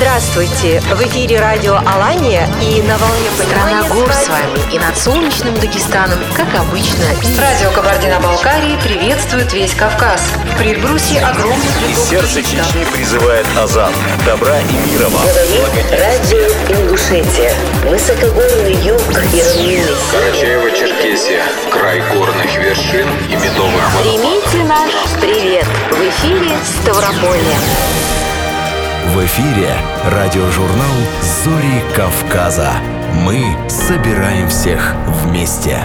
Здравствуйте! В эфире радио Алания и на волне Страна гор с вами и над солнечным Дагестаном, как обычно. Радио Кабардино-Балкарии приветствует весь Кавказ. В Эльбрусе огромный Из сердца Чечни призывает азан. Добра и мира вам. Радио Ингушетия. Высокогорный юг и равнины. Карачаево-Черкесия. Край горных вершин и медовых водопадов. Примите наш привет. В эфире Ставрополье. В эфире радиожурнал «Зори Кавказа». Мы собираем всех вместе.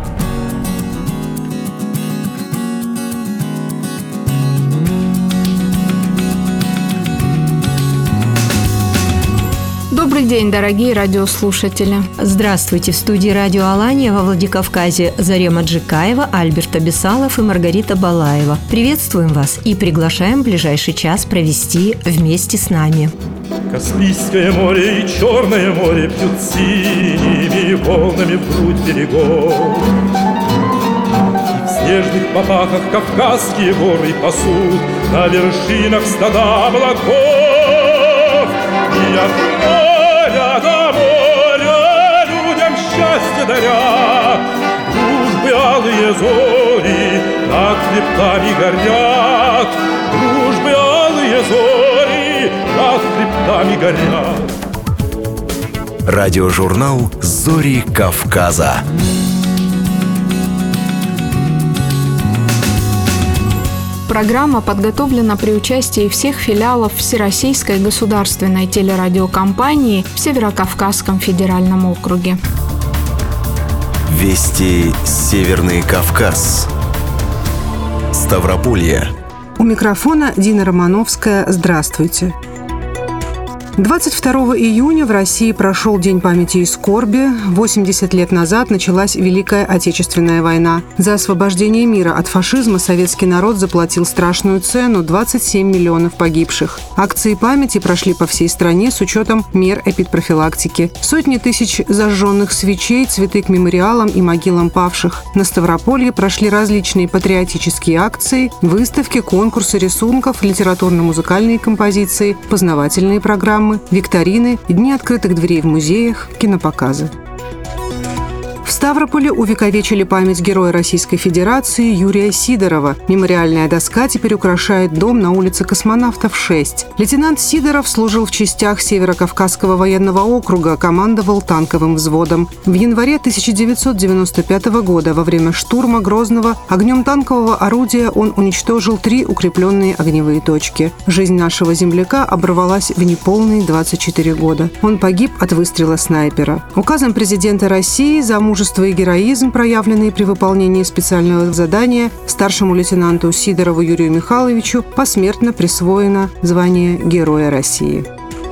Добрый день, дорогие радиослушатели. Здравствуйте! В студии радио Алания во Владикавказе Зарема Джикаева, Альберт Абисалов и Маргарита Балаева. Приветствуем вас и приглашаем ближайший час провести вместе с нами. Каспийское море и Черное море пьют синими волнами в грудь берегов. И в снежных попахах кавказские горы пасут на вершинах стада облаков. И от моря до моря людям счастье даря, дружбы алые зори над хребтами горят, дружбы алые зори над хребтами горят. Радиожурнал «Зори Кавказа». Программа подготовлена при участии всех филиалов Всероссийской государственной телерадиокомпании в Северокавказском федеральном округе. Вести Северный Кавказ. Ставрополье. У микрофона Дина Романовская. Здравствуйте. 22 июня в России прошел День памяти и скорби. 80 лет назад началась Великая Отечественная война. За освобождение мира от фашизма советский народ заплатил страшную цену – 27 миллионов погибших. Акции памяти прошли по всей стране с учетом мер эпидпрофилактики. Сотни тысяч зажженных свечей, цветы к мемориалам и могилам павших. На Ставрополье прошли различные патриотические акции, выставки, конкурсы рисунков, литературно-музыкальные композиции, познавательные программы, викторины, дни открытых дверей в музеях, кинопоказы. В Ставрополе увековечили память героя Российской Федерации Юрия Сидорова. Мемориальная доска теперь украшает дом на улице Космонавтов, 6. Лейтенант Сидоров служил в частях Северокавказского военного округа, командовал танковым взводом. В январе 1995 года во время штурма Грозного огнем танкового орудия он уничтожил 3 укрепленные огневые точки. Жизнь нашего земляка оборвалась в неполные 24 года. Он погиб от выстрела снайпера. Указом президента России за мужество и героизм, проявленные при выполнении специального задания, старшему лейтенанту Сидорову Юрию Михайловичу посмертно присвоено звание Героя России.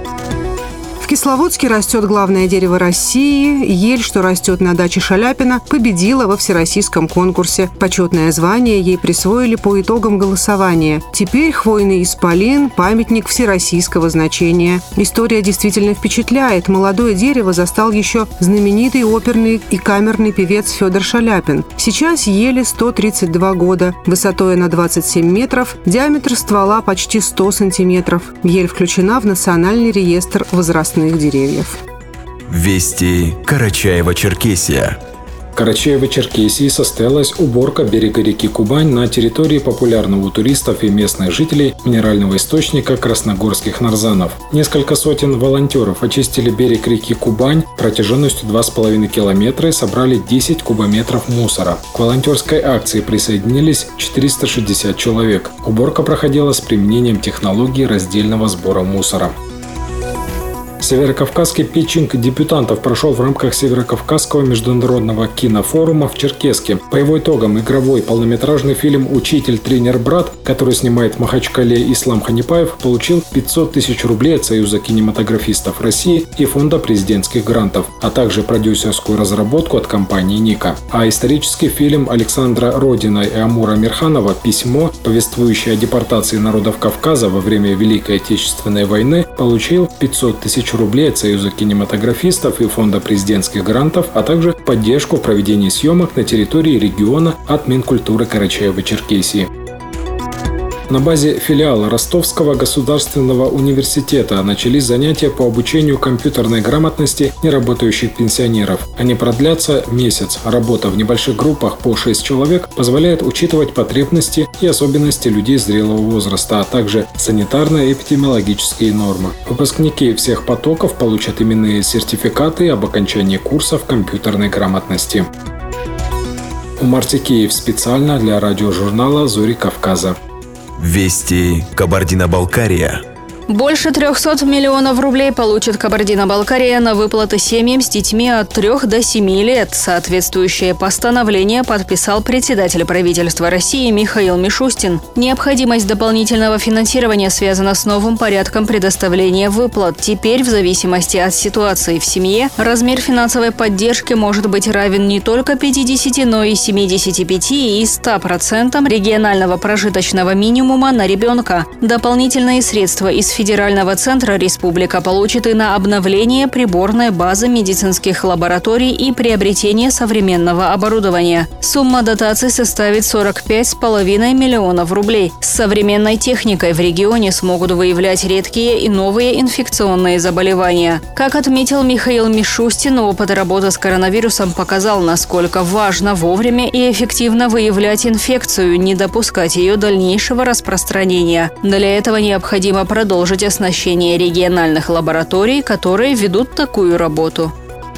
В Кисловодске растет главное дерево России. Ель, что растет на даче Шаляпина, победила во всероссийском конкурсе. Почетное звание ей присвоили по итогам голосования. Теперь хвойный исполин – памятник всероссийского значения. История действительно впечатляет. Молодое дерево застал еще знаменитый оперный и камерный певец Федор Шаляпин. Сейчас ели 132 года. Высотой на 27 метров, диаметр ствола почти 100 сантиметров. Ель включена в Национальный реестр возрастных деревьев. Вести Карачаево-Черкесия. В Карачаево-Черкесии состоялась уборка берега реки Кубань на территории популярного у туристов и местных жителей минерального источника красногорских нарзанов. Несколько сотен волонтеров очистили берег реки Кубань протяженностью 2,5 километра и собрали 10 кубометров мусора. К волонтерской акции присоединились 460 человек. Уборка проходила с применением технологии раздельного сбора мусора. Северокавказский питчинг дебютантов прошел в рамках Северокавказского международного кинофорума в Черкесске. По его итогам игровой полнометражный фильм «Учитель, тренер, брат», который снимает в Махачкале Ислам Ханипаев, получил 500 тысяч рублей от Союза кинематографистов России и Фонда президентских грантов, а также продюсерскую разработку от компании «Ника». А исторический фильм Александра Родина и Амура Мирханова «Письмо», повествующее о депортации народов Кавказа во время Великой Отечественной войны, получил 500 тысяч рублей от Союза кинематографистов и Фонда президентских грантов, а также поддержку в проведении съемок на территории региона от Минкультуры Карачаево-Черкесии. На базе филиала Ростовского государственного университета начались занятия по обучению компьютерной грамотности неработающих пенсионеров. Они продлятся месяц. Работа в небольших группах по 6 человек позволяет учитывать потребности и особенности людей зрелого возраста, а также санитарно-эпидемиологические нормы. Выпускники всех потоков получат именные сертификаты об окончании курсов компьютерной грамотности. Умар Текеев специально для радиожурнала «Зори Кавказа». Вести Кабардино-Балкария. Больше 300 миллионов рублей получит Кабардино-Балкария на выплаты семьям с детьми от 3 до 7 лет. Соответствующее постановление подписал председатель правительства России Михаил Мишустин. Необходимость дополнительного финансирования связана с новым порядком предоставления выплат. Теперь, в зависимости от ситуации в семье, размер финансовой поддержки может быть равен не только 50, но и 75 и 100% регионального прожиточного минимума на ребенка. Дополнительные средства из Федерального центра республика получит и на обновление приборной базы медицинских лабораторий и приобретение современного оборудования. Сумма дотаций составит 45,5 миллионов рублей. С современной техникой в регионе смогут выявлять редкие и новые инфекционные заболевания. Как отметил Михаил Мишустин, опыт работы с коронавирусом показал, насколько важно вовремя и эффективно выявлять инфекцию, не допускать ее дальнейшего распространения. Для этого необходимо продолжить оснащение региональных лабораторий, которые ведут такую работу.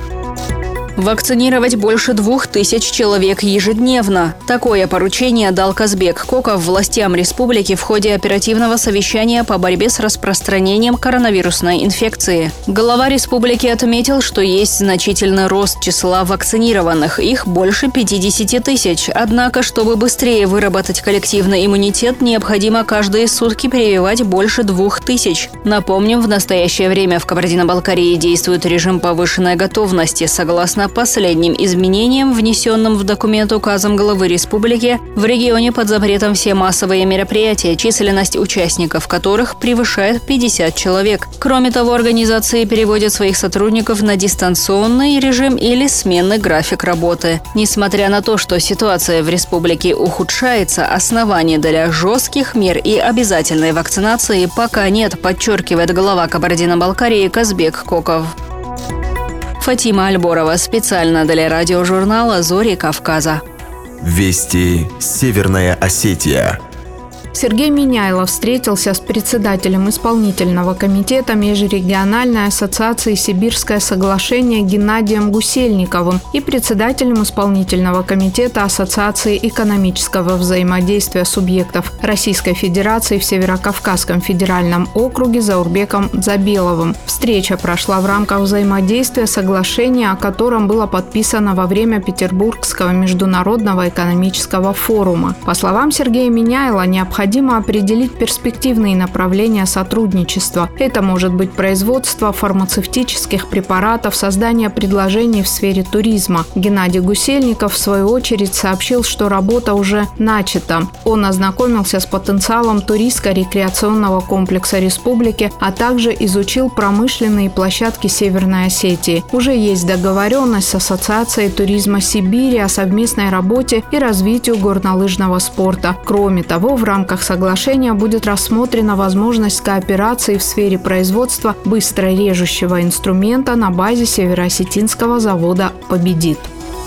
Вакцинировать больше 2000 человек ежедневно. Такое поручение дал Казбек Коков властям республики в ходе оперативного совещания по борьбе с распространением коронавирусной инфекции. Глава республики отметил, что есть значительный рост числа вакцинированных. Их больше 50 тысяч. Однако, чтобы быстрее выработать коллективный иммунитет, необходимо каждые сутки прививать больше 2000. Напомним, в настоящее время в Кабардино-Балкарии действует режим повышенной готовности. Согласно последним изменениям, внесенным в документ указом главы республики, в регионе под запретом все массовые мероприятия, численность участников которых превышает 50 человек. Кроме того, организации переводят своих сотрудников на дистанционный режим или сменный график работы. Несмотря на то, что ситуация в республике ухудшается, оснований для жестких мер и обязательной вакцинации пока нет, подчеркивает глава Кабардино-Балкарии Казбек Коков. Фатима Альборова специально для радиожурнала «Зори Кавказа». Вести Северная Осетия. Сергей Миняйло встретился с председателем исполнительного комитета Межрегиональной ассоциации «Сибирское соглашение» Геннадием Гусельниковым и председателем исполнительного комитета Ассоциации экономического взаимодействия субъектов Российской Федерации в Северокавказском федеральном округе Заурбеком Забеловым. Встреча прошла в рамках взаимодействия соглашения, о котором было подписано во время Петербургского международного экономического форума. По словам Сергея Миняйло, необходимо определить перспективные направления сотрудничества. Это может быть производство фармацевтических препаратов, создание предложений в сфере туризма. Геннадий Гусельников, в свою очередь, сообщил, что работа уже начата. Он ознакомился с потенциалом туристско-рекреационного комплекса республики, а также изучил промышленные площадки Северной Осетии. Уже есть договоренность с Ассоциацией туризма Сибири о совместной работе и развитию горнолыжного спорта. Кроме того, в рамках соглашения будет рассмотрена возможность кооперации в сфере производства быстро режущего инструмента на базе североосетинского завода «Победит».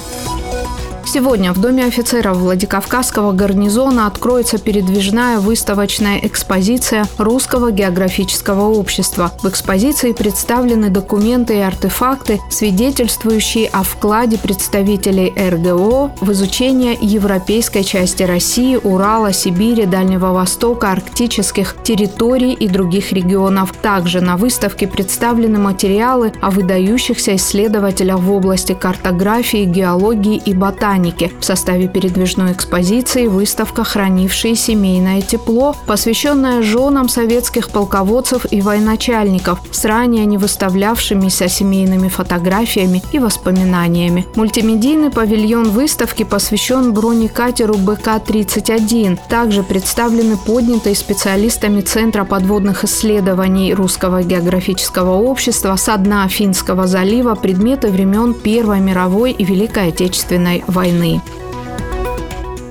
Сегодня в Доме офицеров Владикавказского гарнизона откроется передвижная выставочная экспозиция Русского географического общества. В экспозиции представлены документы и артефакты, свидетельствующие о вкладе представителей РГО в изучение европейской части России, Урала, Сибири, Дальнего Востока, арктических территорий и других регионов. Также на выставке представлены материалы о выдающихся исследователях в области картографии, геологии и ботаники. В составе передвижной экспозиции выставка «Хранившие семейное тепло», посвященная женам советских полководцев и военачальников с ранее не выставлявшимися семейными фотографиями и воспоминаниями. Мультимедийный павильон выставки посвящен бронекатеру БК-31. Также представлены поднятые специалистами Центра подводных исследований Русского географического общества со дна Финского залива предметы времен Первой мировой и Великой Отечественной войны.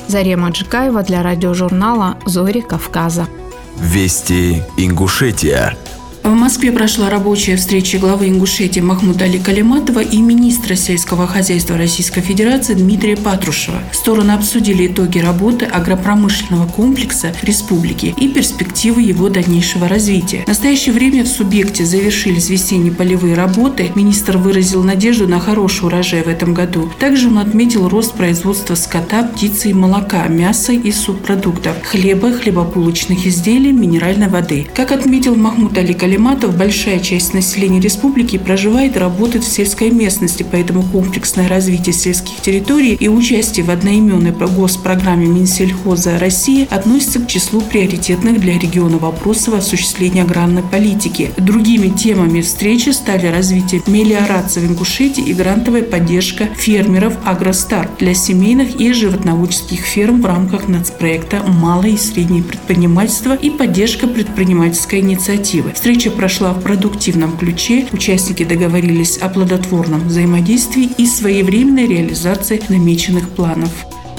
Зарема Джикаева для радиожурнала «Зори Кавказа». Вести Ингушетия. В Москве прошла рабочая встреча главы Ингушетии Махмуда Али Калиматова и министра сельского хозяйства Российской Федерации Дмитрия Патрушева. Стороны обсудили итоги работы агропромышленного комплекса республики и перспективы его дальнейшего развития. В настоящее время в субъекте завершились весенние полевые работы. Министр выразил надежду на хороший урожай в этом году. Также он отметил рост производства скота, птицы и молока, мяса и субпродуктов, хлеба, хлебобулочных изделий, минеральной воды. Как отметил Махмуд Али Калиматов, большая часть населения республики проживает и работает в сельской местности, поэтому комплексное развитие сельских территорий и участие в одноименной госпрограмме Минсельхоза России относится к числу приоритетных для региона вопросов осуществления аграрной политики. Другими темами встречи стали развитие мелиорации в Ингушетии и грантовая поддержка фермеров «Агростарт» для семейных и животноводческих ферм в рамках нацпроекта «Малое и среднее предпринимательство» и поддержка предпринимательской инициативы. Встреча прошла в продуктивном ключе. Участники договорились о плодотворном взаимодействии и своевременной реализации намеченных планов.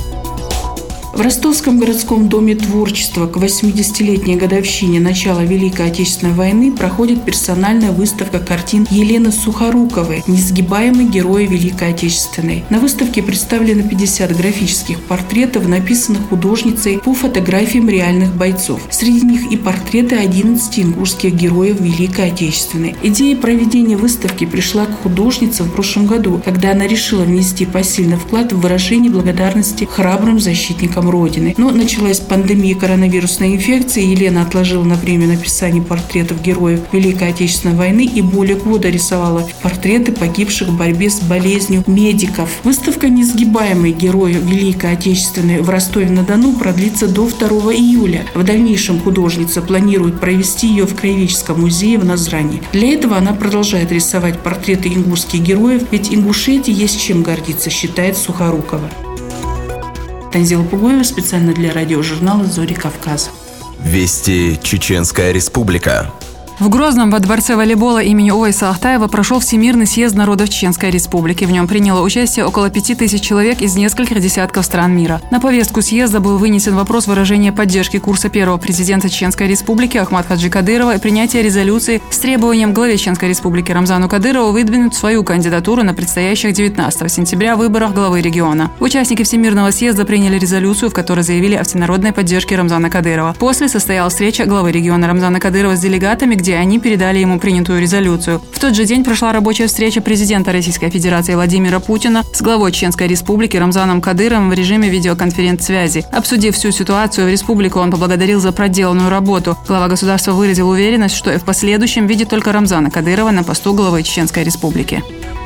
В Ростовском городском доме творчества к 80-летней годовщине начала Великой Отечественной войны проходит персональная выставка картин Елены Сухоруковой «Несгибаемые герои Великой Отечественной». На выставке представлены 50 графических портретов, написанных художницей по фотографиям реальных бойцов. Среди них и портреты 11 ингушских героев Великой Отечественной. Идея проведения выставки пришла к художнице в прошлом году, когда она решила внести посильный вклад в выражение благодарности храбрым защитникам Родины. Но началась пандемия коронавирусной инфекции, Елена отложила на время написание портретов героев Великой Отечественной войны и более года рисовала портреты погибших в борьбе с болезнью медиков. Выставка «Несгибаемые герои Великой Отечественной» в Ростове-на-Дону продлится до 2 июля. В дальнейшем художница планирует провести ее в Краеведческом музее в Назрани. Для этого она продолжает рисовать портреты ингушских героев, ведь Ингушетии есть чем гордиться, считает Сухорукова. Танзила Пугоева специально для радиожурнала «Зори Кавказа». Вести Чеченская Республика. В Грозном во дворце волейбола имени Овайса Ахтаева прошел Всемирный съезд народов Чеченской Республики. В нем приняло участие около 5000 человек из нескольких десятков стран мира. На повестку съезда был вынесен вопрос выражения поддержки курса первого президента Чеченской Республики Ахмада Хаджи Кадырова и принятия резолюции с требованием главе Чеченской Республики Рамзану Кадырову выдвинуть свою кандидатуру на предстоящих 19 сентября выборах главы региона. Участники Всемирного съезда приняли резолюцию, в которой заявили о всенародной поддержке Рамзана Кадырова. После состоялась встреча главы региона Рамзана Кадырова с делегатами, где они передали ему принятую резолюцию. В тот же день прошла рабочая встреча президента Российской Федерации Владимира Путина с главой Чеченской Республики Рамзаном Кадыровым в режиме видеоконференц-связи. Обсудив всю ситуацию в республике, он поблагодарил за проделанную работу. Глава государства выразил уверенность, что и в последующем видит только Рамзана Кадырова на посту главы Чеченской Республики.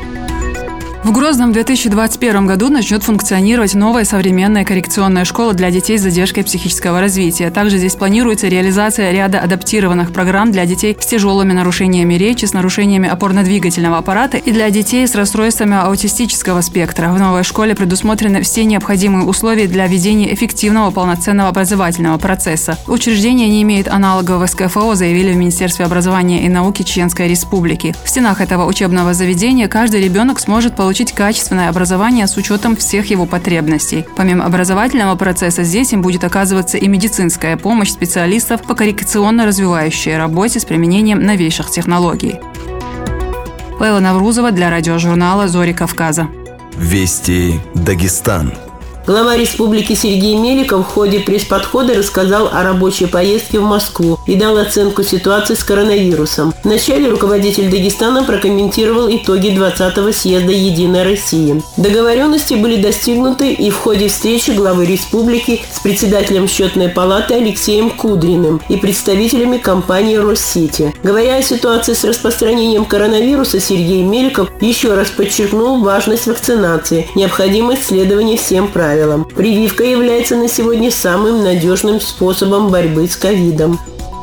В Грозном в 2021 году начнет функционировать новая современная коррекционная школа для детей с задержкой психического развития. Также здесь планируется реализация ряда адаптированных программ для детей с тяжелыми нарушениями речи, с нарушениями опорно-двигательного аппарата и для детей с расстройствами аутистического спектра. В новой школе предусмотрены все необходимые условия для ведения эффективного полноценного образовательного процесса. Учреждение не имеет аналогов в СКФО, заявили в Министерстве образования и науки Чеченской Республики. В стенах этого учебного заведения каждый ребенок сможет получить качественное образование с учетом всех его потребностей. Помимо образовательного процесса, здесь им будет оказываться и медицинская помощь специалистов по коррекционно-развивающей работе с применением новейших технологий. Лейла Наврузова для радиожурнала «Зори Кавказа». Вести Дагестан. Глава республики Сергей Меликов в ходе пресс-подхода рассказал о рабочей поездке в Москву и дал оценку ситуации с коронавирусом. Вначале руководитель Дагестана прокомментировал итоги 20-го съезда «Единой России». Договоренности были достигнуты и в ходе встречи главы республики с председателем счетной палаты Алексеем Кудриным и представителями компании «Россити». Говоря о ситуации с распространением коронавируса, Сергей Меликов еще раз подчеркнул важность вакцинации, необходимость следования всем правилам. Прививка является на сегодня самым надежным способом борьбы с ковидом.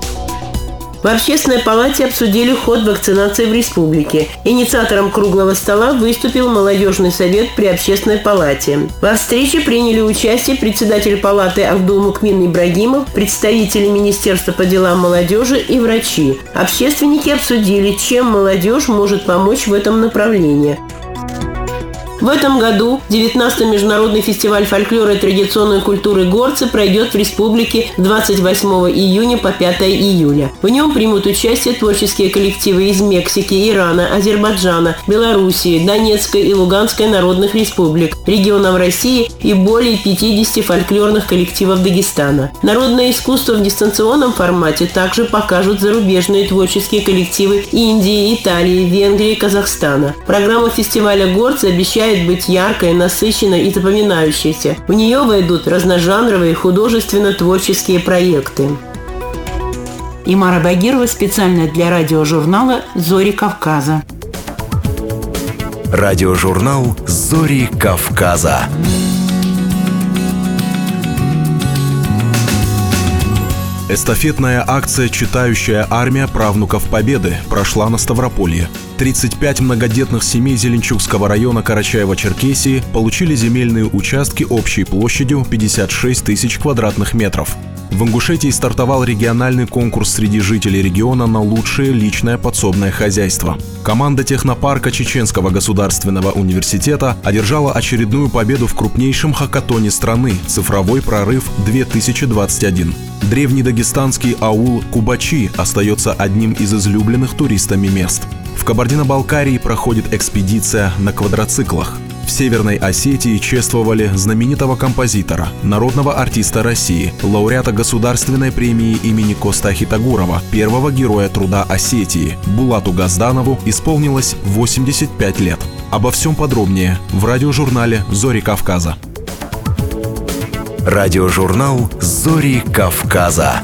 В Общественной палате обсудили ход вакцинации в республике. Инициатором круглого стола выступил молодежный совет при Общественной палате. Во встрече приняли участие председатель палаты Авдул-Мукмин Ибрагимов, представители Министерства по делам молодежи и врачи. Общественники обсудили, чем молодежь может помочь в этом направлении. В этом году 19-й международный фестиваль фольклора и традиционной культуры «Горцы» пройдет в республике с 28 июня по 5 июля. В нем примут участие творческие коллективы из Мексики, Ирана, Азербайджана, Белоруссии, Донецкой и Луганской народных республик, регионов России и более 50 фольклорных коллективов Дагестана. Народное искусство в дистанционном формате также покажут зарубежные творческие коллективы Индии, Италии, Венгрии и Казахстана. Программа фестиваля «Горцы» обещает быть яркой, насыщенной и запоминающейся. В нее войдут разножанровые художественно-творческие проекты. Имара Багирова специально для радиожурнала «Зори Кавказа». Радиожурнал «Зори Кавказа». Эстафетная акция «Читающая армия правнуков Победы» прошла на Ставрополье. 35 многодетных семей Зеленчукского района Карачаево-Черкесии получили земельные участки общей площадью 56 тысяч квадратных метров. В Ингушетии стартовал региональный конкурс среди жителей региона на лучшее личное подсобное хозяйство. Команда технопарка Чеченского государственного университета одержала очередную победу в крупнейшем хакатоне страны «Цифровой прорыв 2021». Древний дагестанский аул Кубачи остается одним из излюбленных туристами мест. В Кабардино-Балкарии проходит экспедиция на квадроциклах. В Северной Осетии чествовали знаменитого композитора, народного артиста России, лауреата государственной премии имени Костахи Тагурова, первого героя труда Осетии. Булату Газданову исполнилось 85 лет. Обо всем подробнее в радиожурнале «Зори Кавказа». Радиожурнал «Зори Кавказа».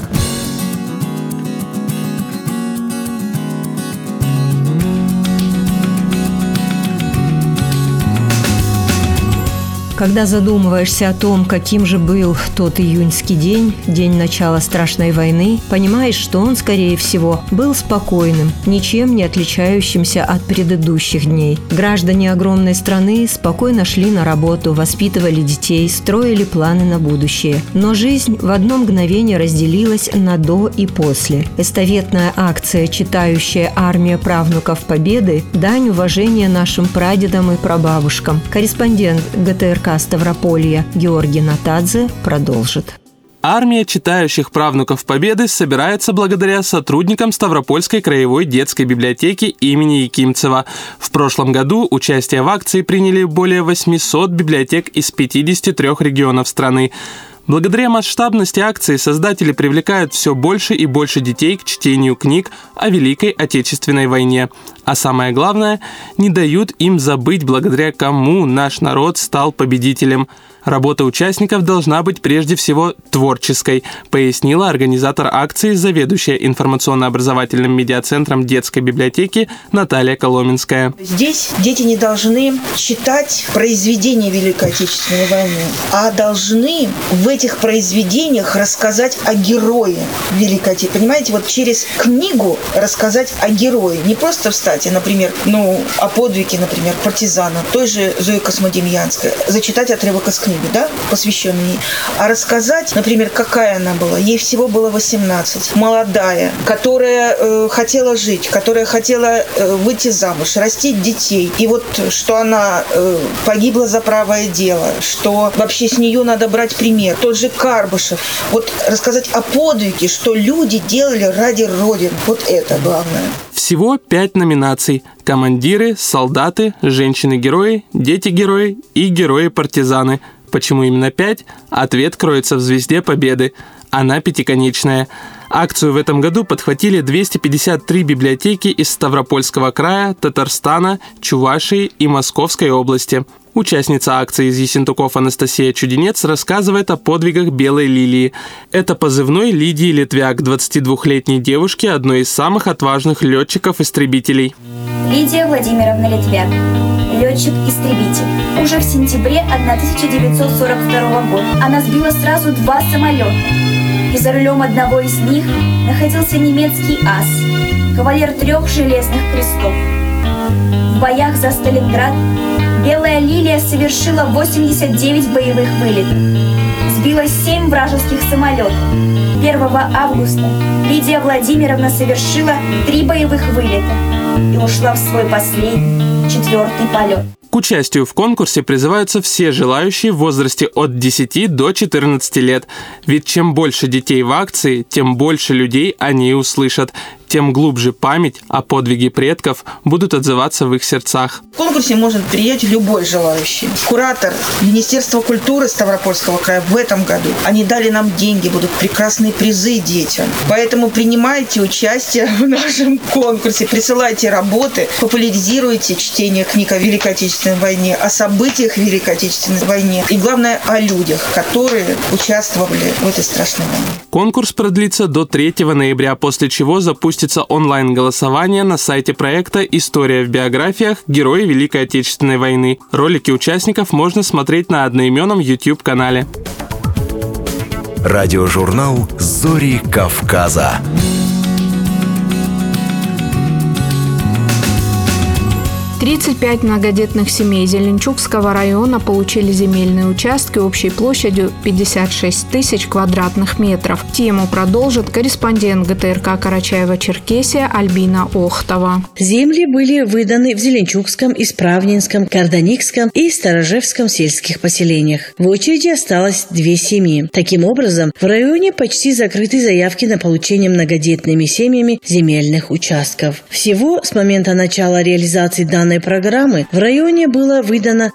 Когда задумываешься о том, каким же был тот июньский день, день начала страшной войны, понимаешь, что он, скорее всего, был спокойным, ничем не отличающимся от предыдущих дней. Граждане огромной страны спокойно шли на работу, воспитывали детей, строили планы на будущее. Но жизнь в одно мгновение разделилась на «до» и «после». Эстафетная акция «Читающая армия правнуков Победы» – дань уважения нашим прадедам и прабабушкам. Корреспондент ГТРК Ставрополья Георгий Натадзе продолжит. Армия читающих правнуков Победы собирается благодаря сотрудникам Ставропольской краевой детской библиотеки имени Якимцева. В прошлом году участие в акции приняли более 800 библиотек из 53 регионов страны. Благодаря масштабности акции создатели привлекают все больше и больше детей к чтению книг о Великой Отечественной войне. А самое главное, не дают им забыть, благодаря кому наш народ стал победителем. Работа участников должна быть прежде всего творческой, пояснила организатор акции, заведующая информационно-образовательным медиацентром детской библиотеки Наталья Коломенская. Здесь дети не должны читать произведения Великой Отечественной войны, а должны в этих произведениях рассказать о герое Великой Отечественной. Понимаете, вот через книгу рассказать о герое. Не просто встать, а, например, о подвиге, например, партизана, той же Зои Космодемьянской, зачитать отрывок из книги, да, посвященный ей, а рассказать, например, какая она была. Ей всего было 18. Молодая, которая хотела жить, которая хотела выйти замуж, растить детей. И вот что она погибла за правое дело, что вообще с нее надо брать пример. Тот же Карбышев. Вот рассказать о подвиге, что люди делали ради Родины. Вот это главное. Всего 5 номинаций: командиры, солдаты, женщины-герои, дети-герои и герои-партизаны. Почему именно 5? Ответ кроется в звезде Победы. Она пятиконечная. Акцию в этом году подхватили 253 библиотеки из Ставропольского края, Татарстана, Чувашии и Московской области. Участница акции из Ессентуков Анастасия Чудинец рассказывает о подвигах Белой Лилии. Это позывной Лидии Литвяк, 22-летней девушки, одной из самых отважных летчиков-истребителей. Лидия Владимировна Литвяк. Летчик-истребитель. Уже в сентябре 1942 года она сбила сразу 2 самолета. И за рулем одного из них находился немецкий ас, кавалер 3 железных крестов. В боях за Сталинград Белая Лилия совершила 89 боевых вылетов. Сбила 7 вражеских самолетов. 1 августа Лидия Владимировна совершила 3 боевых вылета. и ушла в свой последний, 4-й полет. К участию в конкурсе призываются все желающие в возрасте от 10 до 14 лет. Ведь чем больше детей в акции, тем больше людей они услышат. Тем глубже память о подвиге предков будут отзываться в их сердцах. В конкурсе может принять любой желающий. Куратор Министерства культуры Ставропольского края в этом году. Они дали нам деньги, будут прекрасные призы детям. Поэтому принимайте участие в нашем конкурсе, присылайте работы, популяризируйте чтение книг о Великой Отечественной войне, о событиях Великой Отечественной войне и, главное, о людях, которые участвовали в этой страшной войне. Конкурс продлится до 3 ноября, после чего запустится онлайн-голосование на сайте проекта «История в биографиях. Герои Великой Отечественной войны». Ролики участников можно смотреть на одноименном YouTube-канале. Радиожурнал «Зори Кавказа». 35 многодетных семей Зеленчукского района получили земельные участки общей площадью 56 тысяч квадратных метров. Тему продолжит корреспондент ГТРК Карачаево-Черкесия Альбина Охтова. Земли были выданы в Зеленчукском, Исправнинском, Карданикском и Сторожевском сельских поселениях. В очереди осталось 2 семьи. Таким образом, в районе почти закрыты заявки на получение многодетными семьями земельных участков. Всего с момента начала реализации данной программы в районе было выдано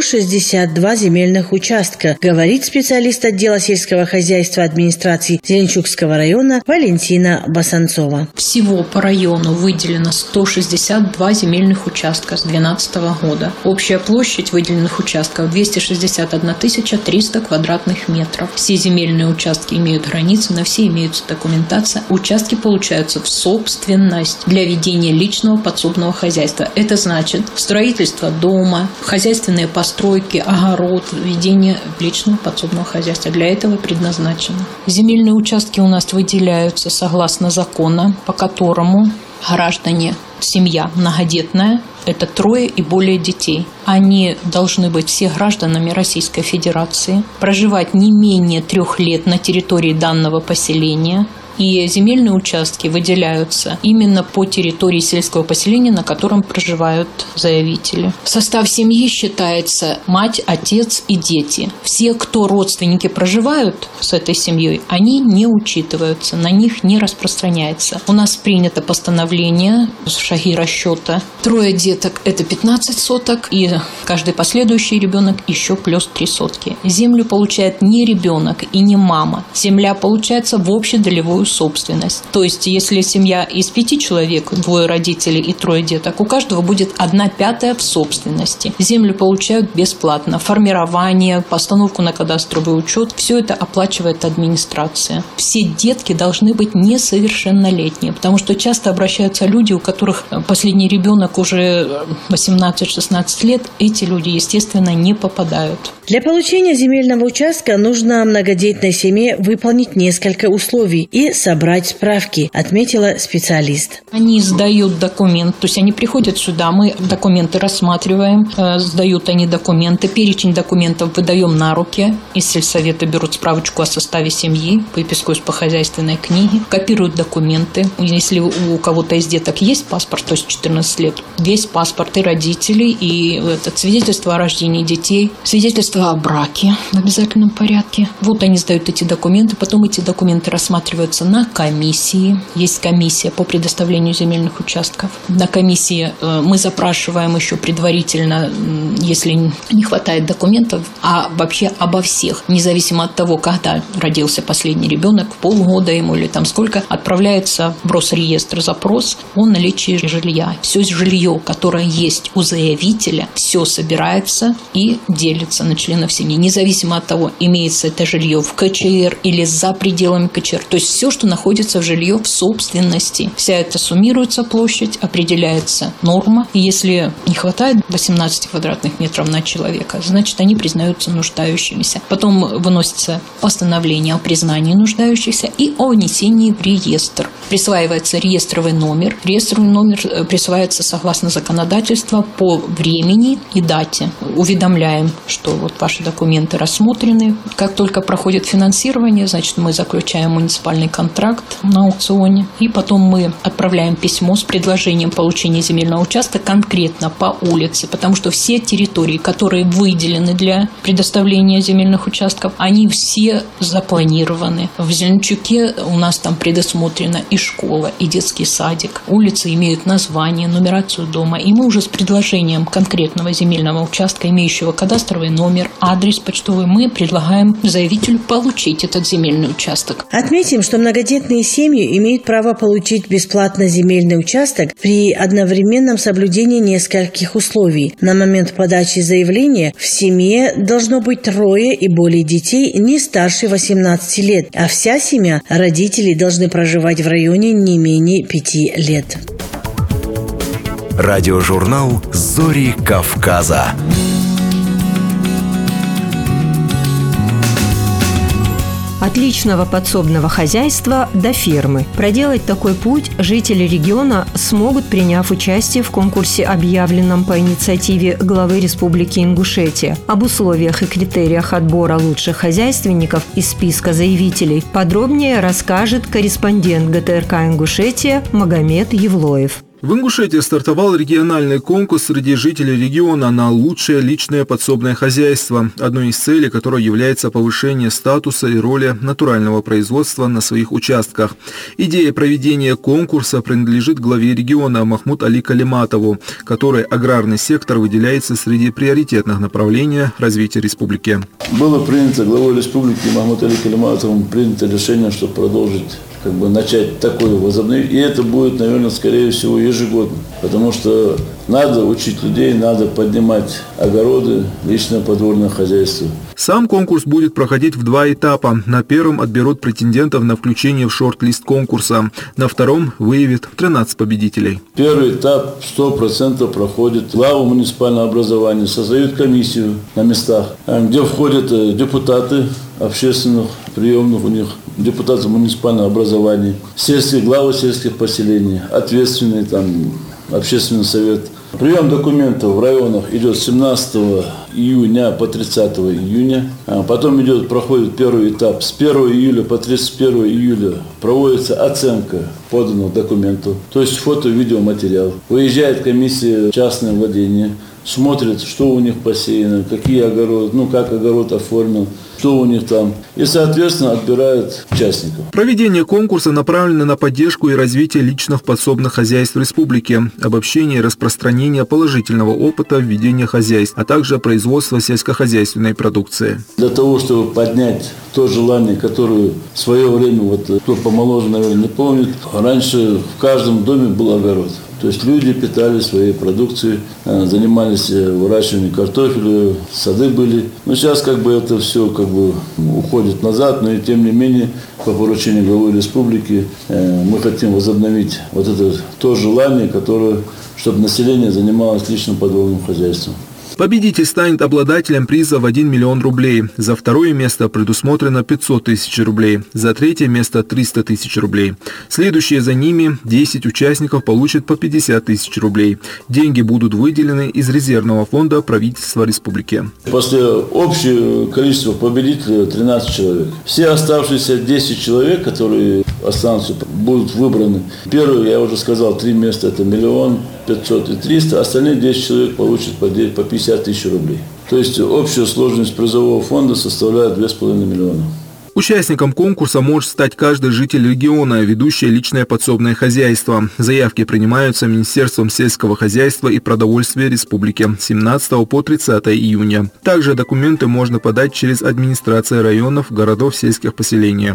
162 земельных участка, говорит специалист отдела сельского хозяйства администрации Зеленчукского района Валентина Басанцова. Всего по району выделено 162 земельных участка с 2012 года. Общая площадь выделенных участков 261 300 квадратных метров. Все земельные участки имеют границы, на все имеются документация. Участки получаются в собственность для ведения личного подсобного хозяйства. Это значит строительство дома, хозяйственные постройки, огород, ведение личного подсобного хозяйства. Для этого предназначено. Земельные участки у нас выделяются согласно закону, по которому граждане, семья многодетная, это 3 и более детей. Они должны быть все гражданами Российской Федерации, проживать не менее 3 лет на территории данного поселения. И земельные участки выделяются именно по территории сельского поселения, на котором проживают заявители. В состав семьи считается мать, отец и дети. Все, кто родственники проживают с этой семьей, они не учитываются, на них не распространяется. У нас принято постановление, шаги расчета. 3 деток – это 15 соток, и каждый последующий ребенок еще плюс 3 сотки. Землю получает не ребенок и не мама. Земля получается в общедолевую собственность. То есть, если семья из 5 человек, 2 родителей и 3 деток, у каждого будет 1/5 в собственности. Землю получают бесплатно. Формирование, постановку на кадастровый учет – все это оплачивает администрация. Все детки должны быть несовершеннолетние, потому что часто обращаются люди, у которых последний ребенок уже 18-16 лет. Эти люди, естественно, не попадают. Для получения земельного участка нужно многодетной семье выполнить несколько условий и собрать справки, отметила специалист. Они сдают документ, то есть они приходят сюда, мы документы рассматриваем, сдают они документы, перечень документов выдаем на руки, из сельсовета берут справочку о составе семьи, выписку из похозяйственной книги, копируют документы. Если у кого-то из деток есть паспорт, то есть 14 лет, весь паспорт и родителей, и свидетельство о рождении детей, свидетельство о браке в обязательном порядке. Вот они сдают эти документы, потом эти документы рассматриваются на комиссии. Есть комиссия по предоставлению земельных участков. На комиссии мы запрашиваем еще предварительно, если не хватает документов, а вообще обо всех, независимо от того, когда родился последний ребенок, полгода ему или там сколько, отправляется в Росреестр запрос о наличии жилья. Все жилье, которое есть у заявителя, все собирается и делится на членов семьи, независимо от того, имеется это жилье в КЧР или за пределами КЧР. То есть все, что находится в жилье в собственности. Вся эта суммируется площадь, определяется норма. И если не хватает 18 квадратных метров на человека, значит, они признаются нуждающимися. Потом выносится постановление о признании нуждающихся и о внесении в реестр. Присваивается реестровый номер. Реестровый номер присваивается согласно законодательству по времени и дате. Уведомляем, что вот ваши документы рассмотрены. Как только проходит финансирование, значит, мы заключаем муниципальный контракт на аукционе, и потом мы отправляем письмо с предложением получения земельного участка конкретно по улице, потому что все территории, которые выделены для предоставления земельных участков, они все запланированы. В Зеленчуке у нас там предусмотрена и школа, и детский садик. Улицы имеют название, нумерацию дома, и мы уже с предложением конкретного земельного участка, имеющего кадастровый номер, адрес почтовый, мы предлагаем заявителю получить этот земельный участок. Отметим, что многодетные семьи имеют право получить бесплатно земельный участок при одновременном соблюдении нескольких условий. На момент подачи заявления в семье должно быть 3 и более детей не старше 18 лет, а вся семья, родители должны проживать в районе не менее 5 лет. Радиожурнал «Зори Кавказа». От личного подсобного хозяйства до фермы. Проделать такой путь жители региона смогут, приняв участие в конкурсе, объявленном по инициативе главы Республики Ингушетия. Об условиях и критериях отбора лучших хозяйственников из списка заявителей подробнее расскажет корреспондент ГТРК Ингушетия Магомед Евлоев. В Ингушетии стартовал региональный конкурс среди жителей региона на лучшее личное подсобное хозяйство, одной из целей которой является повышение статуса и роли натурального производства на своих участках. Идея проведения конкурса принадлежит главе региона Махмуду Али Калиматову, которой аграрный сектор выделяется среди приоритетных направлений развития республики. Было принято главой республики Махмудом Али Калиматовым принято решение, чтобы продолжить начать такое возобновление. И это будет, наверное, скорее всего, ежегодно. Потому что надо учить людей, надо поднимать огороды, личное подворное хозяйство. Сам конкурс будет проходить в 2 этапа. На первом отберут претендентов на включение в шорт-лист конкурса. На втором выявят 13 победителей. Первый этап 100% проходит главу муниципального образования, создают комиссию на местах, где входят депутаты общественных приемных, у них депутаты муниципального образования, главы сельских поселений, ответственный общественный совет. Прием документов в районах идет с 17 июня по 30 июня. Потом проходит первый этап. С 1 июля по 31 июля проводится оценка поданных документов, то есть фото-видеоматериал. Выезжает комиссия частное владение, смотрит, что у них посеяно, какие огороды, как огород оформлен, что у них там. И, соответственно, отбирают участников. Проведение конкурса направлено на поддержку и развитие личных подсобных хозяйств республики, обобщение и распространение положительного опыта введения хозяйств, а также производства сельскохозяйственной продукции. Для того, чтобы поднять то желание, которое в свое время, кто помоложе, наверное, не помнит, раньше в каждом доме был огород. То есть люди питали своей продукцией, занимались выращиванием картофеля, сады были. Но сейчас это все уходит назад, но и тем не менее по поручению главы республики мы хотим возобновить то желание, чтобы население занималось личным подворным хозяйством. Победитель станет обладателем приза в 1 миллион рублей. За второе место предусмотрено 500 тысяч рублей. За третье место 300 тысяч рублей. Следующие за ними 10 участников получат по 50 тысяч рублей. Деньги будут выделены из резервного фонда правительства республики. После общего количества победителей 13 человек. Все оставшиеся 10 человек, которые останутся, будут выбраны. Первый, я уже сказал, 3 места – это 1 500 000 и 300. Остальные 10 человек получат по 50 тысяч рублей. То есть общая сложность призового фонда составляет 2,5 миллиона. Участником конкурса может стать каждый житель региона, ведущий личное подсобное хозяйство. Заявки принимаются Министерством сельского хозяйства и продовольствия республики с 17 по 30 июня. Также документы можно подать через администрации районов, городов, сельских поселений.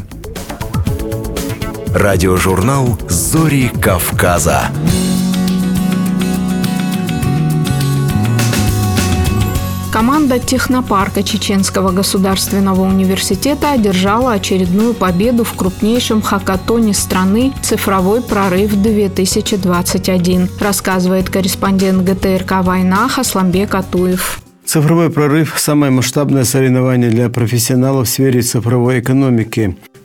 Радиожурнал «Зори Кавказа». Команда технопарка Чеченского государственного университета одержала очередную победу в крупнейшем хакатоне страны «Цифровой прорыв-2021», рассказывает корреспондент ГТРК «Война» Асламбек Атуев. Цифровой прорыв – самое масштабное соревнование для профессионалов в сфере цифровой экономики.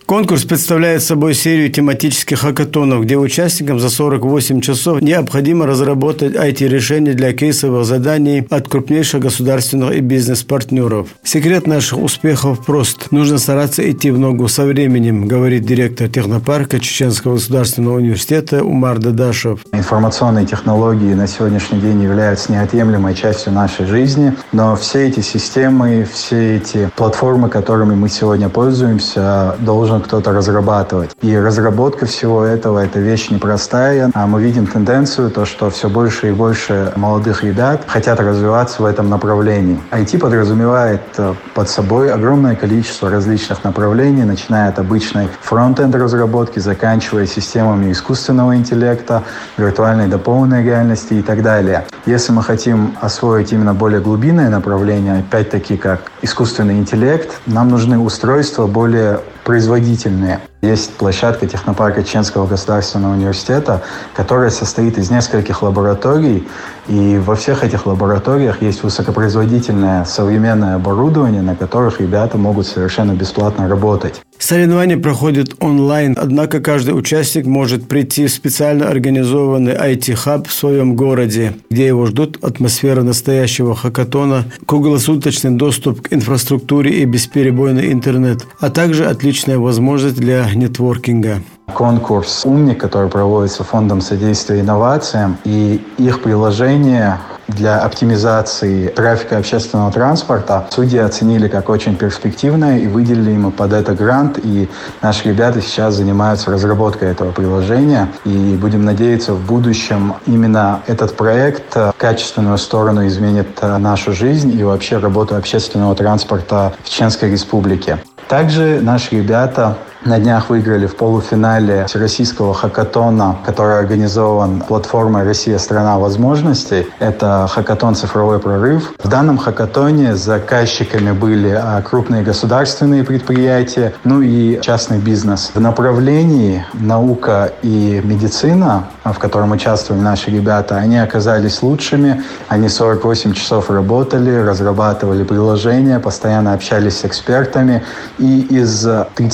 Конкурс представляет собой серию тематических хакатонов, где участникам за 48 часов необходимо разработать IT-решения для кейсовых заданий от крупнейших государственных и бизнес-партнеров. Секрет наших успехов прост. Нужно стараться идти в ногу со временем, говорит директор технопарка Чеченского государственного университета Умар Дадашев. Информационные технологии на сегодняшний день являются неотъемлемой частью нашей жизни, но все эти системы, все эти платформы, которыми мы сегодня пользуемся, должен кто-то разрабатывать. И разработка всего этого – это вещь непростая. А мы видим тенденцию, то, что все больше и больше молодых ребят хотят развиваться в этом направлении. IT подразумевает под собой огромное количество различных направлений, начиная от обычной фронт-энд разработки, заканчивая системами искусственного интеллекта, виртуальной дополненной реальности и так далее. Если мы хотим освоить именно более глубинное направление, опять-таки как искусственный интеллект, нам нужны устройства более производительные. Есть площадка технопарка Чеченского государственного университета, которая состоит из нескольких лабораторий, и во всех этих лабораториях есть высокопроизводительное современное оборудование, на которых ребята могут совершенно бесплатно работать. Соревнования проходят онлайн, однако каждый участник может прийти в специально организованный IT-хаб в своем городе, где его ждут атмосфера настоящего хакатона, круглосуточный доступ к инфраструктуре и бесперебойный интернет, а также отличная возможность для нетворкинга. Конкурс «Умник», который проводится Фондом содействия инновациям, и их приложение для оптимизации трафика общественного транспорта судьи оценили как очень перспективное и выделили ему под это грант. И наши ребята сейчас занимаются разработкой этого приложения. И будем надеяться, в будущем именно этот проект в качественную сторону изменит нашу жизнь и вообще работу общественного транспорта в Чеченской Республике. Также наши ребята на днях выиграли в полуфинале всероссийского хакатона, который организован платформой «Россия – страна возможностей». Это хакатон «Цифровой прорыв». В данном хакатоне заказчиками были крупные государственные предприятия, ну и частный бизнес. В направлении наука и медицина, в котором участвовали наши ребята, они оказались лучшими. Они 48 часов работали, разрабатывали приложения, постоянно общались с экспертами. И из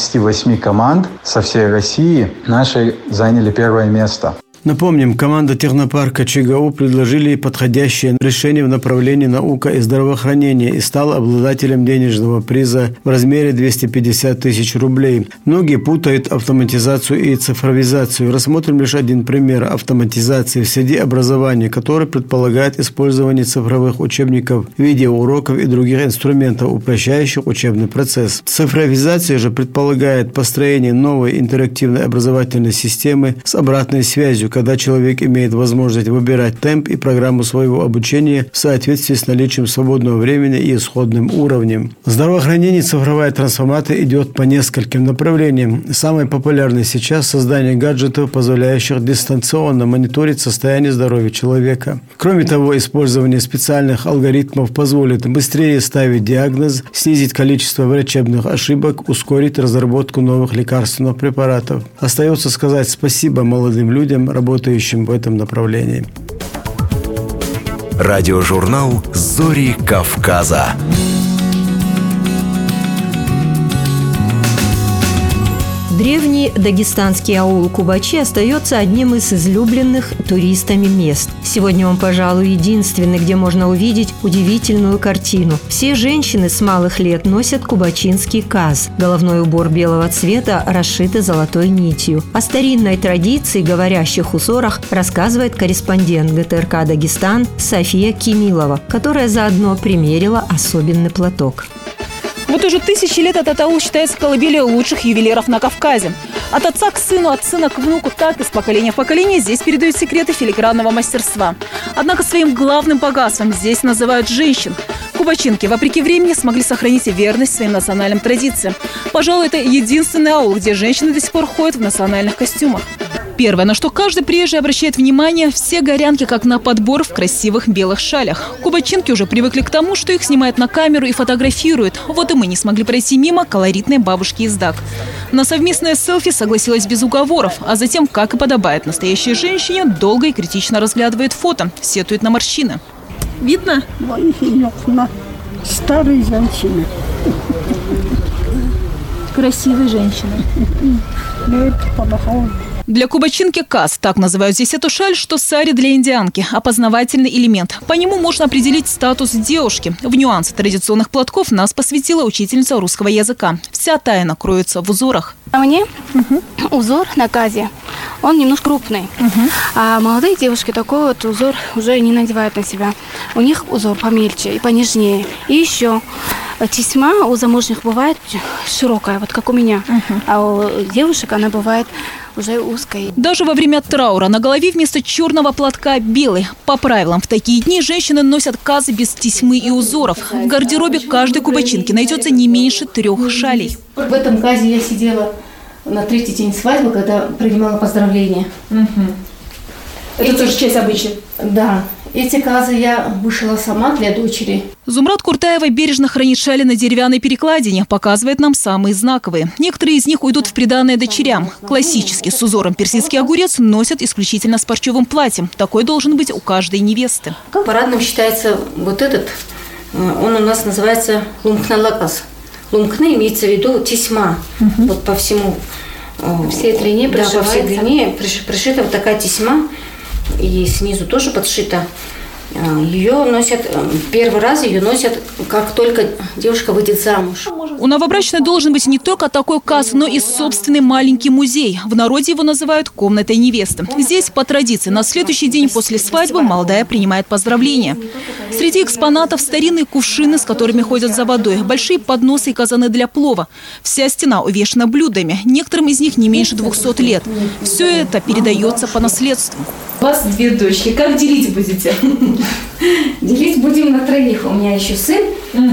38 команд со всей России наши заняли первое место. Напомним, команда технопарка ЧГУ предложили подходящее решение в направлении наука и здравоохранения и стал обладателем денежного приза в размере 250 тысяч рублей. Многие путают автоматизацию и цифровизацию. Рассмотрим лишь один пример автоматизации в среде образования, который предполагает использование цифровых учебников, видеоуроков и других инструментов, упрощающих учебный процесс. Цифровизация же предполагает построение новой интерактивной образовательной системы с обратной связью, когда человек имеет возможность выбирать темп и программу своего обучения в соответствии с наличием свободного времени и исходным уровнем. В здравоохранении цифровая трансформация идет по нескольким направлениям. Самое популярное сейчас – создание гаджетов, позволяющих дистанционно мониторить состояние здоровья человека. Кроме того, использование специальных алгоритмов позволит быстрее ставить диагноз, снизить количество врачебных ошибок, ускорить разработку новых лекарственных препаратов. Остается сказать спасибо молодым людям, работающим в этом направлении. Радиожурнал «Зори Кавказа». Древний дагестанский аул Кубачи остается одним из излюбленных туристами мест. Сегодня он, пожалуй, единственный, где можно увидеть удивительную картину. Все женщины с малых лет носят кубачинский каз. Головной убор белого цвета расшитый золотой нитью. О старинной традиции говорящих узорах рассказывает корреспондент ГТРК «Дагестан» София Кимилова, которая заодно примерила особенный платок. Вот уже тысячи лет этот аул считается колыбелью лучших ювелиров на Кавказе. От отца к сыну, от сына к внуку, так из поколения в поколение здесь передают секреты филигранного мастерства. Однако своим главным богатством здесь называют женщин. Кубачинки, вопреки времени, смогли сохранить верность своим национальным традициям. Пожалуй, это единственный аул, где женщины до сих пор ходят в национальных костюмах. Первое, на что каждый приезжий обращает внимание, все горянки как на подбор в красивых белых шалях. Кубачинки уже привыкли к тому, что их снимают на камеру и фотографируют. Вот и мы не смогли пройти мимо колоритной бабушки из Даг. На совместное селфи согласилась без уговоров, а затем, как и подобает настоящей женщине, долго и критично разглядывает фото, сетует на морщины. Видно? Старые женщины. красивой женщиной. Для кубачинки кас, так называют здесь эту шаль, что сари для индианки, опознавательный элемент. По нему можно определить статус девушки. В нюансы традиционных платков нас посвятила учительница русского языка. Вся тайна кроется в узорах. А мне узор на казе, он немножко крупный. А молодые девушки такой вот узор уже не надевают на себя. У них узор помельче и понежнее. И еще тесьма у замужних бывает широкая, вот как у меня. А у девушек она бывает уже узкой. Даже во время траура на голове вместо черного платка белый. По правилам, в такие дни женщины носят казы без тесьмы и узоров. В гардеробе каждой кубачинки найдется не меньше 3 шалей. В этом казе я сидела на 3-й день свадьбы, когда принимала поздравления. Это тоже часть обычая? Да. Эти казы я вышила сама для дочери. Зумрад Куртаева бережно хранит шали на деревянной перекладине, показывает нам самые знаковые. Некоторые из них уйдут в приданое дочерям. Классический с узором персидский огурец носят исключительно с парчевым платьем. Такой должен быть у каждой невесты. Парадным считается вот этот, он у нас называется лумкна-лакас. Лумкна имеется в виду тесьма. Вот по всему. Всей длине пришивается. Да, по всей длине пришита вот такая тесьма. И снизу тоже подшита. Ее носят, первый раз ее носят, как только девушка выйдет замуж. У новобрачной должен быть не только такой каз, но и собственный маленький музей. В народе его называют комнатой невесты. Здесь, по традиции, на следующий день после свадьбы молодая принимает поздравления. Среди экспонатов старинные кувшины, с которыми ходят за водой, большие подносы и казаны для плова. Вся стена увешана блюдами. Некоторым из них не меньше 200 лет. Все это передается по наследству. У вас 2 дочки. Как делить будете? Делить будем на 3. У меня еще сын.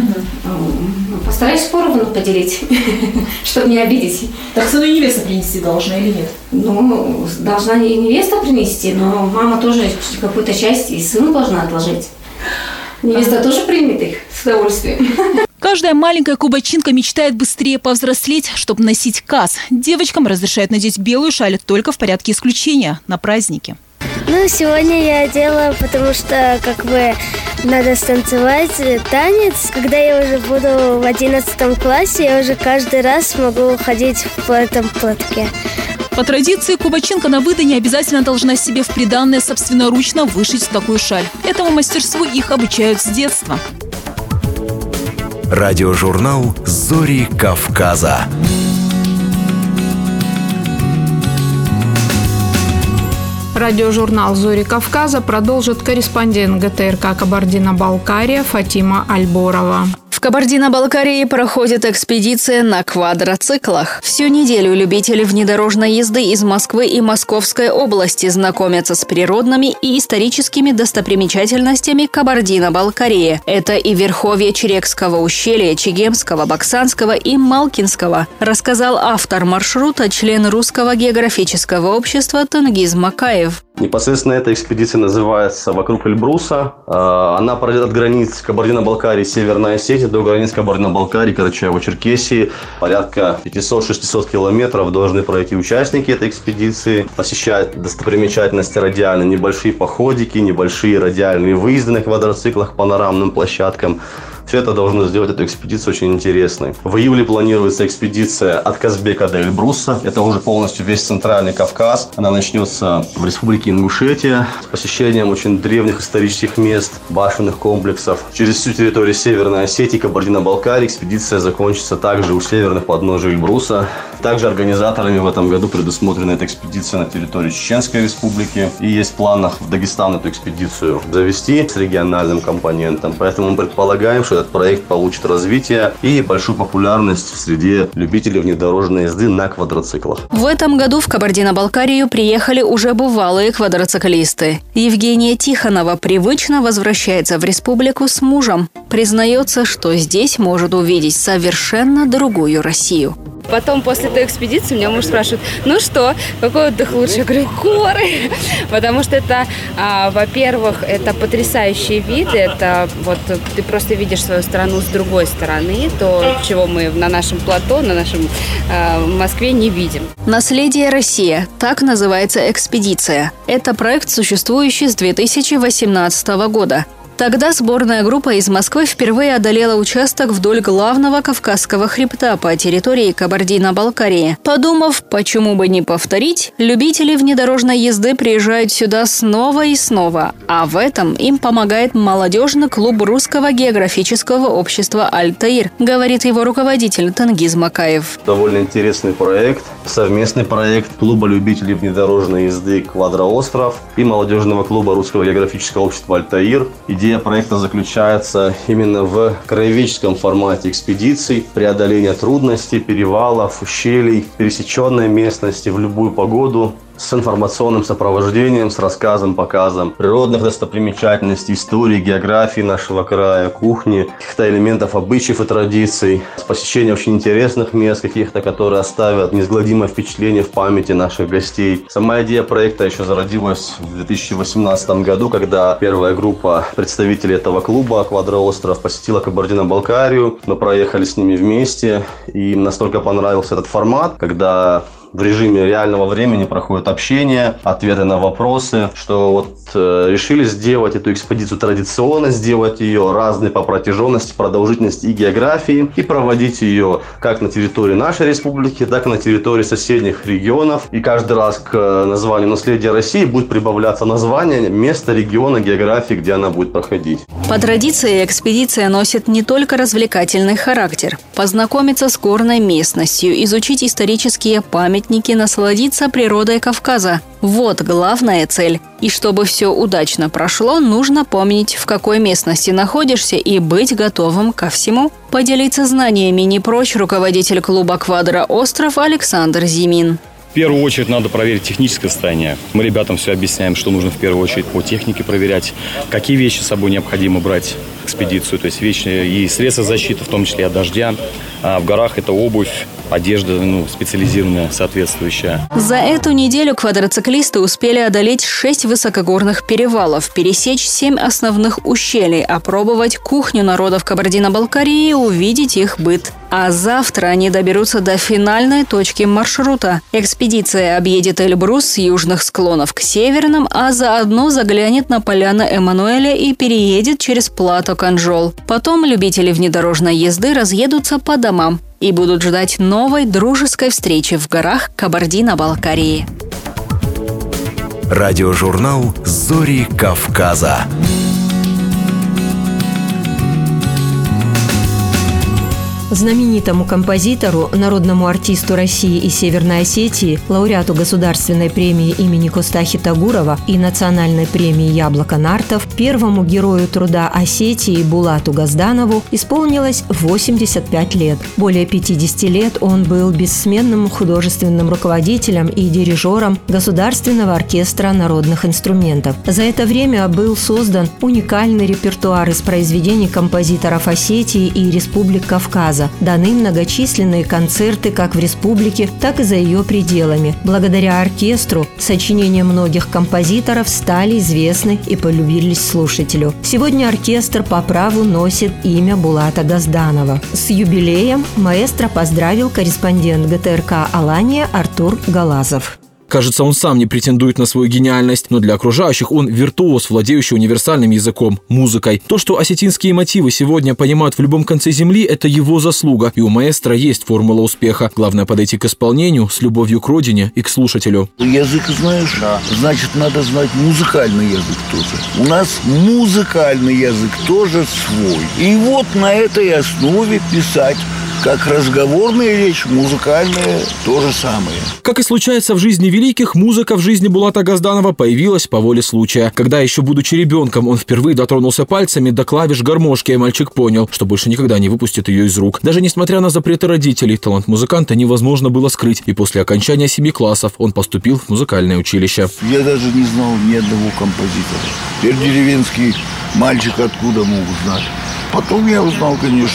Постараюсь поровну поделить, чтобы не обидеть. Так сыну и невеста принести должна или нет? Ну, должна и невеста принести, но мама тоже какую-то часть и сыну должна отложить. Невеста тоже примет их с удовольствием. Каждая маленькая кубачинка мечтает быстрее повзрослеть, чтобы носить каз. Девочкам разрешают надеть белую шаль только в порядке исключения, на праздники. Ну, сегодня я одела, потому что надо станцевать танец. Когда я уже буду в 11 классе, я уже каждый раз смогу ходить в этом платке. По традиции, кубачинка на выдане обязательно должна себе в приданное собственноручно вышить такую шаль. Этому мастерству их обучают с детства. Радиожурнал «Зори Кавказа». Радиожурнал «Зори Кавказа» продолжит корреспондент ГТРК «Кабардино-Балкария» Фатима Альборова. В Кабардино-Балкарии проходит экспедиция на квадроциклах. Всю неделю любители внедорожной езды из Москвы и Московской области знакомятся с природными и историческими достопримечательностями Кабардино-Балкарии. Это и верховье Черекского ущелья, Чегемского, Баксанского и Малкинского, рассказал автор маршрута, член Русского географического общества Тенгиз Макаев. Непосредственно эта экспедиция называется «Вокруг Эльбруса». Она пройдет от границ Кабардино-Балкарии, Северной Осетии до границ Кабардино-Балкарии, Карачаево-Черкесии. Порядка 500-600 километров должны пройти участники этой экспедиции. Посещают достопримечательности радиальные, небольшие походики, небольшие радиальные выезды на квадроциклах по панорамным площадкам. Все это должно сделать эту экспедицию очень интересной. В июле планируется экспедиция от Казбека до Эльбруса. Это уже полностью весь Центральный Кавказ. Она начнется в Республике Ингушетия с посещением очень древних исторических мест, башенных комплексов. Через всю территорию Северной Осетии, Кабардино-Балкарии экспедиция закончится также у северных подножий Эльбруса. Также организаторами в этом году предусмотрена эта экспедиция на территории Чеченской Республики. И есть в планах в Дагестан эту экспедицию завести с региональным компонентом. Поэтому мы предполагаем, что этот проект получит развитие и большую популярность среди любителей внедорожной езды на квадроциклах. В этом году в Кабардино-Балкарию приехали уже бывалые квадроциклисты. Евгения Тихонова привычно возвращается в республику с мужем. Признается, что здесь может увидеть совершенно другую Россию. Потом, после той экспедиции, меня муж спрашивает: ну что, какой отдых лучше? Я говорю: горы. Потому что это, во-первых, это потрясающие виды. Это вот ты просто видишь свою страну с другой стороны, то, чего мы на нашем плато, на нашем Москве не видим. «Наследие Россия» – так называется экспедиция. Это проект, существующий с 2018 года. Тогда сборная группа из Москвы впервые одолела участок вдоль главного Кавказского хребта по территории Кабардино-Балкарии. Подумав, почему бы не повторить, любители внедорожной езды приезжают сюда снова и снова. А в этом им помогает молодежный клуб Русского географического общества «Альтаир», говорит его руководитель Тенгиз Макаев. Довольно интересный проект, совместный проект клуба любителей внедорожной езды «Квадроостров» и молодежного клуба Русского географического общества «Альтаир». Идея проекта заключается именно в краеведческом формате экспедиций, преодоления трудностей, перевалов, ущелий, пересеченной местности в любую погоду, с информационным сопровождением, с рассказом, показом природных достопримечательностей, истории, географии нашего края, кухни, каких-то элементов обычаев и традиций, с посещением очень интересных мест, каких-то, которые оставят неизгладимое впечатление в памяти наших гостей. Сама идея проекта еще зародилась в 2018 году, когда первая группа представителей этого клуба «Квадроостров» посетила Кабардино-Балкарию. Мы проехали с ними вместе, и им настолько понравился этот формат, когда в режиме реального времени проходит общение, ответы на вопросы, что решили сделать эту экспедицию традиционно, сделать ее разной по протяженности, продолжительности и географии, и проводить ее как на территории нашей республики, так и на территории соседних регионов. И каждый раз к названию «Наследие России» будет прибавляться название места, региона, географии, где она будет проходить. По традиции экспедиция носит не только развлекательный характер. Познакомиться с горной местностью, изучить исторические памятники, насладиться природой Кавказа. Вот главная цель. И чтобы все удачно прошло, нужно помнить, в какой местности находишься, и быть готовым ко всему. Поделиться знаниями не прочь руководитель клуба «Квадроостров» Александр Зимин. В первую очередь надо проверить техническое состояние. Мы ребятам все объясняем, что нужно в первую очередь по технике проверять, какие вещи с собой необходимо брать в экспедицию. То есть вещи и средства защиты, в том числе от дождя. А в горах это обувь, одежда специализированная, соответствующая. За эту неделю квадроциклисты успели одолеть 6 высокогорных перевалов, пересечь 7 основных ущелий, опробовать кухню народов Кабардино-Балкарии и увидеть их быт. А завтра они доберутся до финальной точки маршрута. Экспедиция объедет Эльбрус с южных склонов к северным, а заодно заглянет на поляны Эммануэля и переедет через плато Канжол. Потом любители внедорожной езды разъедутся по домам и будут ждать новой дружеской встречи в горах Кабардино-Балкарии. Радиожурнал «Зори Кавказа». Знаменитому композитору, народному артисту России и Северной Осетии, лауреату Государственной премии имени Костахи Тагурова и Национальной премии «Яблоко Нартов», первому герою труда Осетии Булату Газданову исполнилось 85 лет. Более 50 лет он был бессменным художественным руководителем и дирижером Государственного оркестра народных инструментов. За это время был создан уникальный репертуар из произведений композиторов Осетии и Республик Кавказа. Даны многочисленные концерты как в республике, так и за ее пределами. Благодаря оркестру сочинения многих композиторов стали известны и полюбились слушателю. Сегодня оркестр по праву носит имя Булата Газданова. С юбилеем маэстро поздравил корреспондент ГТРК «Алания» Артур Галазов. Кажется, он сам не претендует на свою гениальность, но для окружающих он виртуоз, владеющий универсальным языком, музыкой. То, что осетинские мотивы сегодня понимают в любом конце земли, это его заслуга. И у маэстро есть формула успеха. Главное подойти к исполнению с любовью к родине и к слушателю. Язык знаешь, значит, надо знать музыкальный язык тоже. У нас музыкальный язык тоже свой. И вот на этой основе писать. Как разговорная речь, музыкальная то же самое. Как и случается в жизни великих, музыка в жизни Булата Газданова появилась по воле случая. Когда еще будучи ребенком, он впервые дотронулся пальцами до клавиш гармошки, и мальчик понял, что больше никогда не выпустит ее из рук. Даже несмотря на запреты родителей, талант музыканта невозможно было скрыть, и после окончания 7 классов он поступил в музыкальное училище. Я даже не знал ни одного композитора. Теперь деревенский мальчик откуда мог знать? Потом я узнал, конечно.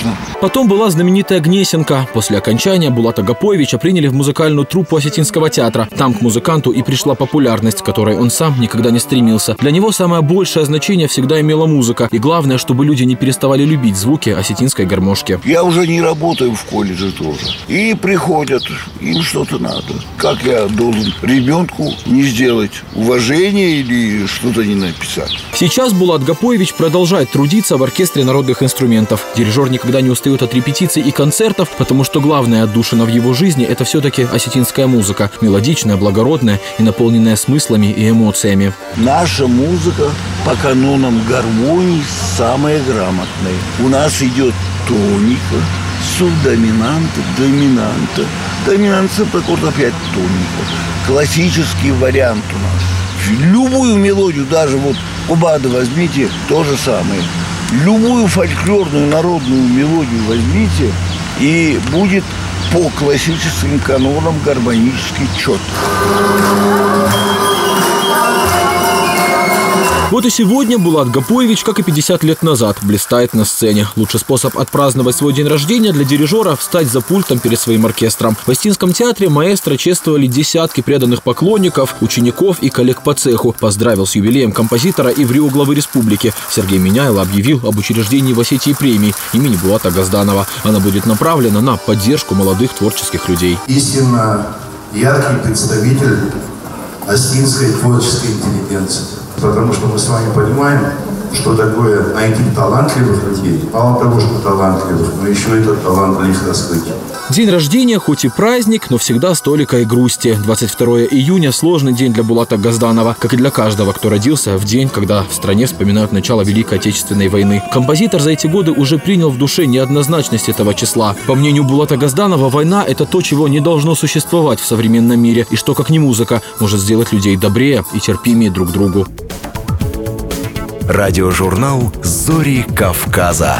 Потом была знаменитая Гнесинка. После окончания Булата Гапоевича приняли в музыкальную труппу Осетинского театра. Там к музыканту и пришла популярность, к которой он сам никогда не стремился. Для него самое большее значение всегда имела музыка. И главное, чтобы люди не переставали любить звуки осетинской гармошки. Я уже не работаю в колледже тоже. И приходят, им что-то надо. Как я должен ребенку не сделать уважение или что-то не написать? Сейчас Булат Гапоевич продолжает трудиться в оркестре народных инструментов. Дирижер никогда не устает от репетиций и концертов, потому что главная отдушина в его жизни – это все-таки осетинская музыка. Мелодичная, благородная и наполненная смыслами и эмоциями. Наша музыка по канонам гармонии самая грамотная. У нас идет тоника, субдоминанта, доминанта. Доминант сепаккорд опять тоника. Классический вариант у нас. Любую мелодию, даже вот Кубады возьмите, то же самое. Любую фольклорную народную мелодию возьмите, и будет по классическим канонам гармонически четко. Вот и сегодня Булат Гапоевич, как и 50 лет назад, блистает на сцене. Лучший способ отпраздновать свой день рождения для дирижера – встать за пультом перед своим оркестром. В Остинском театре маэстро чествовали десятки преданных поклонников, учеников и коллег по цеху. Поздравил с юбилеем композитора и ВРИО главы республики. Сергей Миняйло объявил об учреждении в Осетии премии имени Булата Газданова. Она будет направлена на поддержку молодых творческих людей. Истинно яркий представитель остинской творческой интеллигенции. Потому что мы с вами понимаем, что такое найти талантливых людей. Мало того, что талантливых, но еще этот талант их раскрыть. День рождения хоть и праздник, но всегда с толикой грусти. 22 июня – сложный день для Булата Газданова, как и для каждого, кто родился в день, когда в стране вспоминают начало Великой Отечественной войны. Композитор за эти годы уже принял в душе неоднозначность этого числа. По мнению Булата Газданова, война – это то, чего не должно существовать в современном мире, и что, как ни музыка, может сделать людей добрее и терпимее друг к другу. Радиожурнал «Зори Кавказа».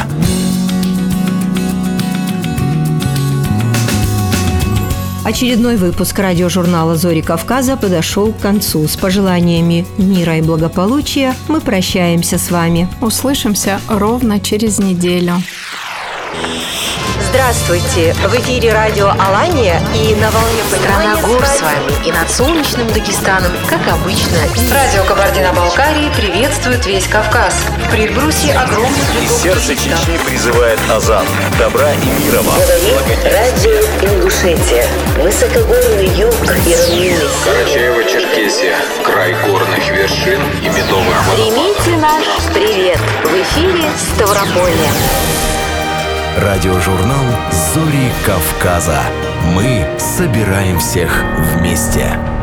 Очередной выпуск радиожурнала «Зори Кавказа» подошел к концу. С пожеланиями мира и благополучия мы прощаемся с вами. Услышимся ровно через неделю. Здравствуйте! В эфире радио «Алания» и на волне «Страна гор» с вами и над солнечным Дагестаном, как обычно. Радио Кабардино-Балкарии приветствует весь Кавказ. В Предбрусье огромных из сердца Чечни призывает азан. Добра и мира вам. Радио Ингушетия. Высокогорный юг и равнины. Карачаево-Черкесия. Край горных вершин и медовых водопадов. Примите наш привет. В эфире Ставрополье. Радиожурнал «Зори Кавказа». Мы собираем всех вместе.